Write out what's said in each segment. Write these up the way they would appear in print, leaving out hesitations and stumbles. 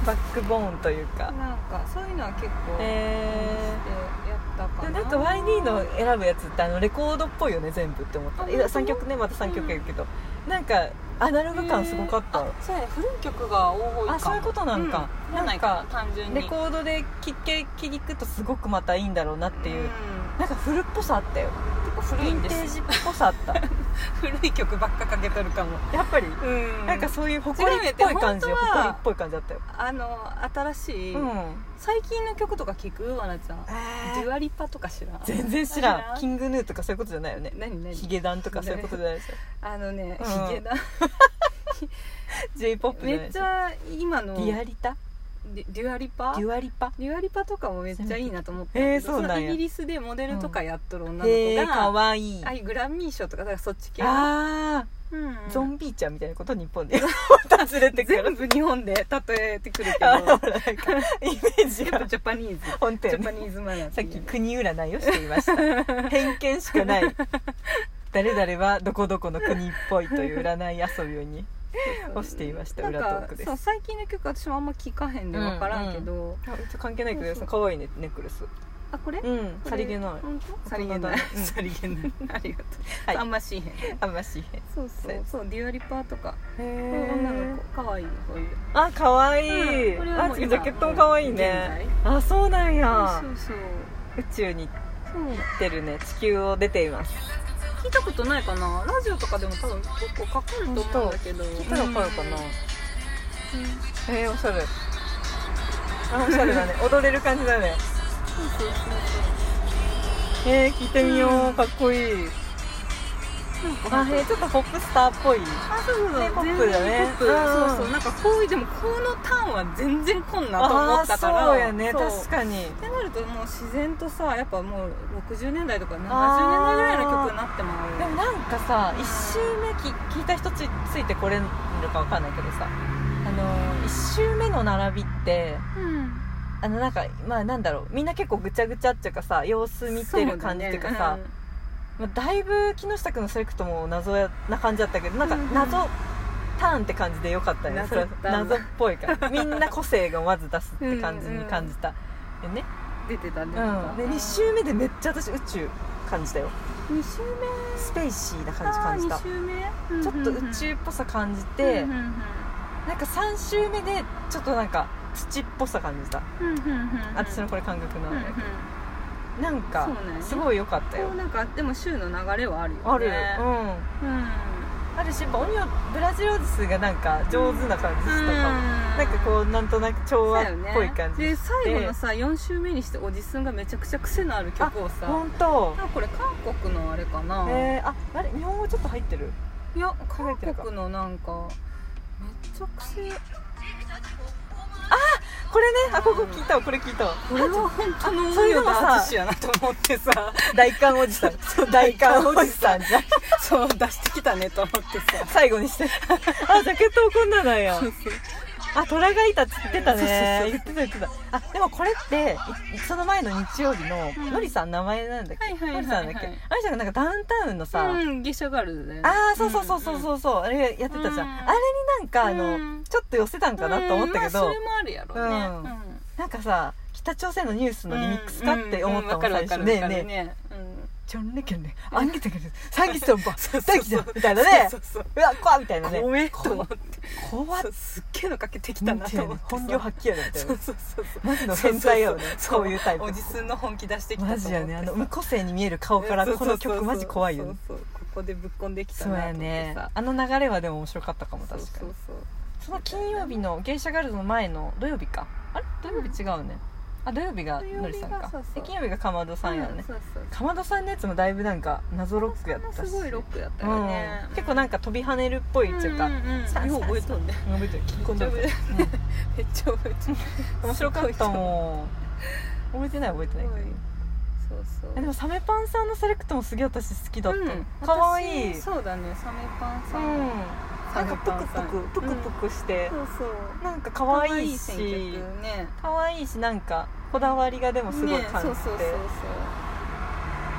バックボーンというか、 なんかそういうのは結構してやったかな。 なんか YD の選ぶやつってレコードっぽいよね全部って思った。いや3曲ね、また3曲やるけど、なんかアナログ感すごかった。 そうやね、古い曲が多いかも。 そういうことなんか、なんか単純にレコードで聴くとすごくまたいいんだろうなっていう、なんか古っぽさあったよ。 結構古いんです。 ヴィンテージっぽさあった古い曲ばっかかけとるかもやっぱり、なんかそういう誇りっぽい感じ、誇りっぽい感じだったよ。 新しい、最近の曲とか聞く？あなちゃん、デュアリパとか知らん？ 全然知らん。キングヌーとかそういうことじゃないよね。 何ヒゲダンとかそういうことじゃないですよ。 ヒゲダン J-POP じゃないですよ。 めっちゃ今のデュアリパとかもめっちゃいいなと思ったけど、 そうなんや。 イギリスでモデルとかやっとる女の子が、 かわいい。 グラミー賞とかだからそっち系。 ゾンビーちゃんみたいなこと日本で連れてくる。 全部日本で例えてくるけど、 なんかイメージがジャパニーズ、 本当ジャパニーズマナー。 さっき国占いをしていました偏見しかない。誰々はどこどこの国っぽいという占い遊びにをしていました。裏トークです。 最近の曲私もあんま聞かへんで分からんけど、 関係ないけどかわいいね、ネックレス。 これ？ さりげない。 さりげない。さりげない。ありがとう。あんましへん。そうデュアリパーとか。女の子かわいい、こういう。 かわいい。ジャケットもかわいいね。そうなんや。宇宙に行ってるね。地球を出ています。 聞いたことないかな。ラジオとかでも多分結構かかると思うんだけど、 聞いたらわかるかな。おしゃれ。おしゃれだね。踊れる感じだね。聞いてみよう。かっこいい。ちょっとポップスターっぽい。ポップだね。 なんかこういうでもこのターンは全然こんなと思ったから。 そうやね、確かに。 ってなるともう自然とさ、やっぱもう60年代とか70年代ぐらいの曲になってまう。 でもなんかさ、1周目聞いた人ついてこれるかわかんないけどさ、1周目の並びって、なんかなんだろう、みんな結構ぐちゃぐちゃっていうかさ、様子見てる感じっていうかさ、だいぶ木下君のセレクトも謎な感じだったけど、なんか謎ターンって感じでよかったよね。謎っぽいからみんな個性がまず出すって感じに感じたよね。 出てたね。 で2周目でめっちゃ私宇宙感じたよ。 2周目スペーシーな感じ感じた。 2周目ちょっと宇宙っぽさ感じて、なんか3周目でちょっとなんか土っぽさ感じた。私のこれ感覚なんだけど、なんかすごい良かったよ。 なんかでも週の流れはあるよね。 ある。あるし、やっぱブラジルおじスがなんか上手な感じしたかも。なんかこうなんとなく調和っぽい感じで、 最後のさ4週目にしておじすんがめちゃくちゃ癖のある曲をさ。 本当。 これ韓国のあれかな。 あれ日本語ちょっと入ってる？ いや韓国のなんかめっちゃ癖。 これね、こ聞いたわ、これ聞いたわ。 これは本当のそういうのさ、淳やなと思ってさ、 大寒おじさん、大寒おじさんじゃん。 そう出してきたねと思ってさ、 最後にして、ジャケットもこんななんや。虎がいたって言ってたね。言ってた。でもこれってその前の日曜日ののりさん、名前なんだっけ？のりさんだっけ？あの人がなんかダウンタウンのさ、 ゲシャガールズだよね。 そうあれやってたじゃん。あれになんかちょっと寄せたんかなと思ったけど、 それもあるやろね。 なんかさ、北朝鮮のニュースのリミックスかって思ったもん最初。ねチョンレケンね、あんげてくれる、サンギストンバ、大吉だみたいなね。うわ、怖っみたいなね。 怖えと思って。 怖っ。 すっげえのかけてきたなと思って。 本領発揮やなみたいな。 そう。 マジの変態やよね。そういうタイプ。 おじすんの本気出してきた。 マジやね。無個性に見える顔からこの曲マジ怖いよね。 ここでぶっこんできたなと思ってさ。そうやね。流れはでも面白かったかも、確かに。その金曜日の芸者ガールズの前の土曜日か。あれ土曜日違うね。土曜日がのりさんか。金曜日がかまどさんやね。かまどさんのやつもだいぶなんか謎ロックやったし、 すごいロックやったよね。 結構なんか飛び跳ねるっぽいっていうか、 よう覚えとんね。 覚えてる。聞き込んでる。 めっちゃ覚えてる。 面白かったもん。覚えてないけど。そうでもサメパンさんのセレクトもすげえ私好きだった。可愛い。 そうだね、サメパンさん。 なんかプクプクしてなんか可愛いし、可愛いし、なんかこだわりがでもすごい感じて、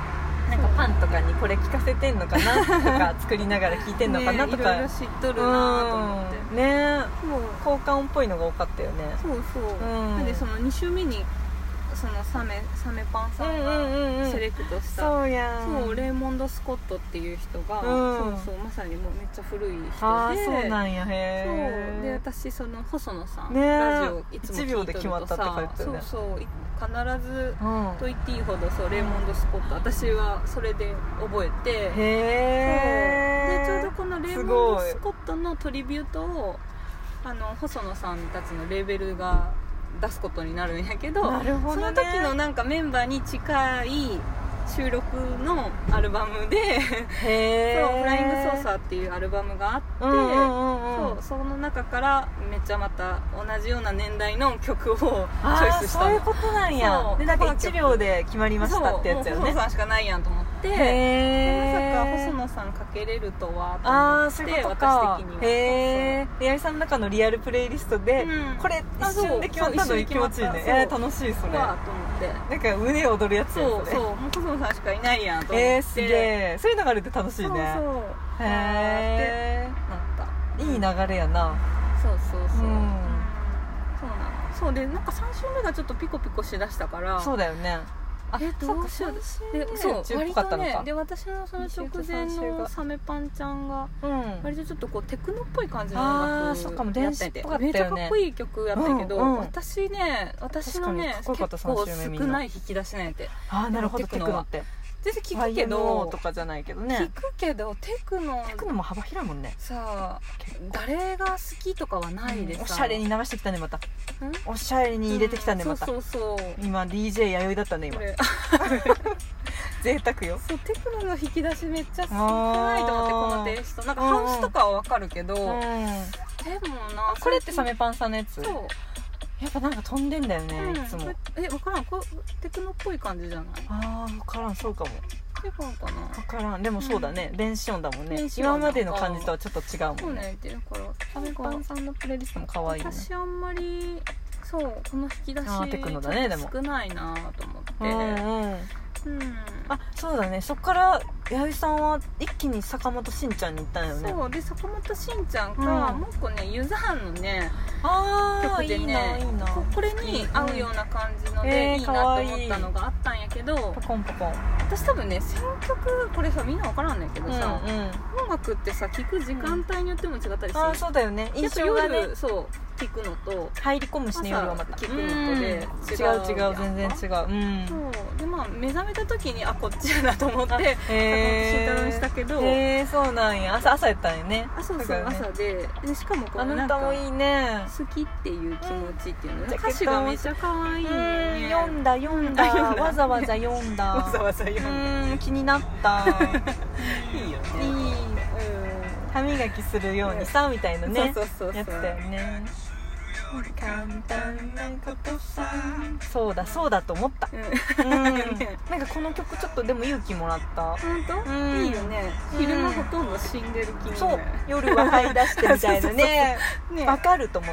なんかパンとかにこれ聞かせてんのかなとか作りながら聞いてんのかなとか、 ね、いろいろ知っとるなと思ってね、効果音っぽいのが多かったよね。 そうそう、なんでその2週目にそのサメパンさんがセレクトした、 そうやん、 そうレイモンド・スコットっていう人が、そうそうまさにもうめっちゃ古い人で、 そうなんや、へそうで私その細野さん、 ね、 ラジオいつも聞いとるとさ、 1秒で決まったって書いてたよね。 そうそう必ずと言っていいほど、そうレイモンド・スコット、私はそれで覚えて、 へでちょうどこのレイモンド・スコットのトリビュートを細野さんたちのレーベルが出すことになるんやけど、 なるほどね、 その時のなんかメンバーに近い収録のアルバムでそうフライングソーサーっていうアルバムがあって、その中からめっちゃまた同じような年代の曲をチョイスしたの。 そういうことなんや。でなんか1秒で決まりましたってやつよね。 細野さんしかないやんと思って、でまさか細野さんかけれるとはと思って、 そういうことか、 私的にはへえ、八重さんの中のリアルプレイリストで、これ一瞬で決まったのに気持ちいいね。楽しいそれ。 わーと思って、 なんか胸躍るやつやそうそう、もう細野さんしかいないやんと思って、 すげえ、そういうのがあるって楽しいね。そうそう、 へえ、なった。 いい流れやな。 そうそうそう、そうなの。そうでなんか3週目がちょっとピコピコしだしたから、 そうだよね。 どうしようで、そう割とね、で私のその直前のサメパンちゃんが割とちょっとこうテクノっぽい感じの音楽やってて、めっちゃかっこいい曲やったけど、私のね結構少ない引き出しなんやて。 なるほど、テクノって全然聞くけどとかじゃないけどね、 聞くけどテクノも幅広いもんね。 さあ誰が好きとかはないでさ、 おしゃれに流してきたね、またおしゃれに入れてきたね、また。 そうそうそう、 今 DJ 弥生だったね、今贅沢よ。 そうテクノの引き出しめっちゃ少ないと思って、このテイストなんかハウスとかは分かるけど、でもな、 これってサメパンさんのやつ、 そうやっぱなんか飛んでんだよね、いつも。 分からん、これテクノっぽい感じじゃない？ 分からん、そうかも。 テクノかな、 分からん。でもそうだね、電子音だもんね。今までの感じとはちょっと違うもんね。 そうね、だからサメパンさんのプレイリストも可愛いね。 私あんまりそうこの引き出しテクノだね、でも少ないなと思って、 そうだね。そっから弥生さんは一気に坂本慎ちゃんに行ったんよね。 そうで坂本慎ちゃんが、もう一個ねゆずはんのね曲でね、 いいなこれに合うような感じので、いいなと思ったのがあったんやけど、 ポコンポコン、 私多分ね選曲これさみんな分からんねんけどさ、音楽ってさ聴く時間帯によっても違ったりする。 そうだよね、印象がね、 そう聴くのと入り込むしね、夜はまた聴くのとで違う全然違う。そうで目覚めた時にこっちやなと思って慎太郎にしたけど、 そうなんや、朝やったんやね。 そう朝でしかもこうなんかもいいね、 好きっていう気持ちっていうのね、歌詞がめっちゃ可愛いね。 読んだわざわざ読んだ気になったいいよね、 歯磨きするようにさみたいなね、やつだよね。簡単なことさ、そうだと思った。なんかこの曲ちょっとでも勇気もらった。 本当？いいよね。昼間ほとんど死んでる気に。 そう、夜は這い出してみたいなね、わかると思って。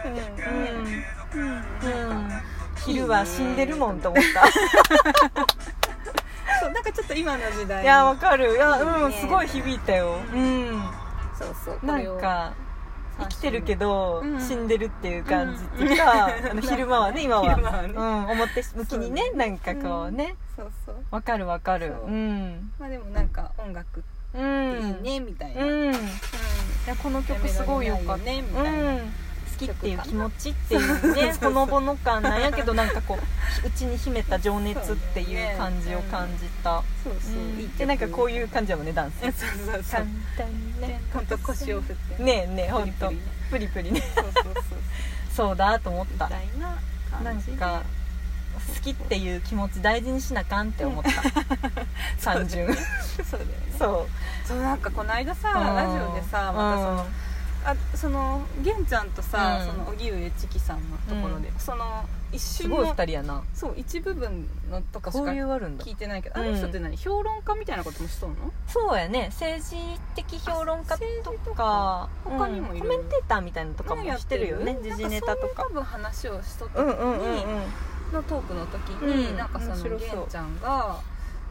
昼は死んでるもんと思った。 そう、なんかちょっと今の時代。 いや、わかる。いや、すごい響いたよ。 そうなんか生きてるけど死んでるっていう感じっていうか、昼間はね、今は表向きにね、なんかこうね、わかる。 まあでもなんか音楽っていいねみたいな。いや、この曲すごいよかったねみたいな。好きっていう気持ちっていうね、ほのぼの感なんやけど、なんかこう内に秘めた情熱っていう感じを感じた。で、なんかこういう感じやもんね、ダンス。簡単にね、 ほんと腰を振ってね、ほんとプリプリね。そうだと思った。なんか好きっていう気持ち大事にしなあかんって思った。単純。 そうだよね。そうなんかこの間さ、ラジオでさ、またその玄ちゃんとさ、その荻上チキさんのところで、その一瞬のすごい2人やな。 そう、一部分のとかしか聞いてないけど、あの人って何、評論家みたいなこともしとんの？ そうやね、政治的評論家とか他にもいる、 コメンテーターみたいなのとかもしてるよね、時事ネタとか。 多分話をしとった時にのトークの時に、なんかその玄ちゃんが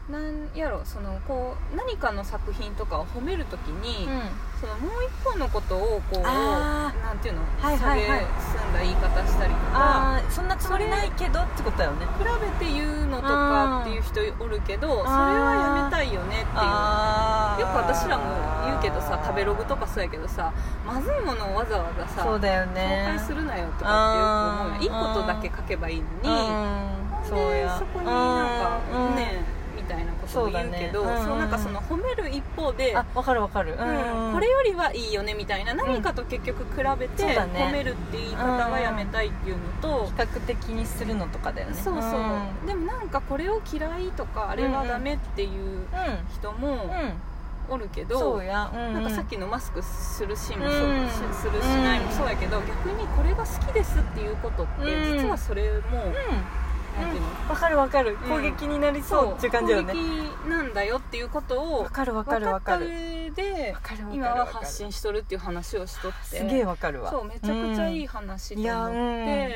なんやろこう何かの作品とかを褒めるときに、そのもう一方のことをこうなんていうの、下げすんだ言い方したりとか、 そんなつもりないけどってことだよね。 比べて言うのとかっていう人おるけど、それはやめたいよねっていう。よく私らも言うけどさ、食べログとかそうやけどさ、まずいものをわざわざさそうだよね、 紹介するなよとかってよく思う。いいことだけ書けばいいのに、 そうや、 そこになんかねみたいなことを言うけど、そうなんかその褒める一方で、 わかるわかる、 これよりはいいよねみたいな、何かと結局比べて褒めるって言い方はやめたいっていうのと、 比較的にするのとかだよね。 そうそう、でもなんかこれを嫌いとかあれはダメっていう人もおるけど、 そうや、 なんかさっきのマスクするシーンもそうするしないもそうやけど、逆にこれが好きですっていうことって実はそれもわかるわかる、攻撃になりそうっていう感じだよね。 攻撃なんだよっていうことを分かった上で今は発信しとるっていう話をしとって、 すげえわかるわ。 そう、めちゃくちゃいい話と思って、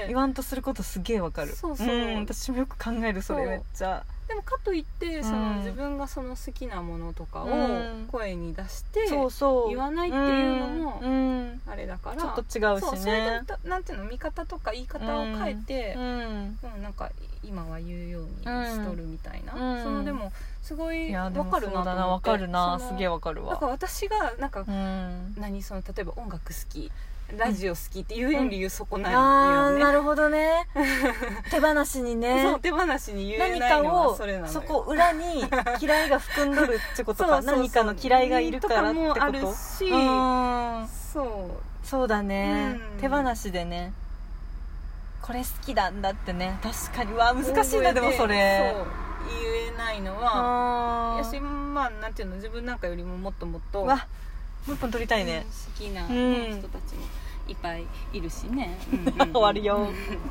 言わんとすることすげえわかる。 そうそう、 私もよく考えるそれめっちゃ。 でもかといって自分がその好きなものとかを声に出して言わないっていうのもあれだから、 ちょっと違うしね。 それでなんていうの、見方とか言い方を変えて、なんか今は言うようにしとるみたいな、でもすごい分かるなと思って。 分かるな、すげえ分かるわ。 だから私がなんか、例えば音楽好き、ラジオ好きっていう理由そこないよね。 なるほどね。手放しにね。 そう、手放しに言えないのはそれなのよ。 何かをそこ裏に嫌いが含んどるってことか。何かの嫌いがいるからってこと。 とかもあるし、 そうだね、手放しでね、これ好きなんだってね。確かに難しいな。でもそれそう言えないのはやし、なんていうの、自分なんかよりももっともっともう一本撮りたいね、 好きな、人たちもいっぱいいるしね。 終わるよ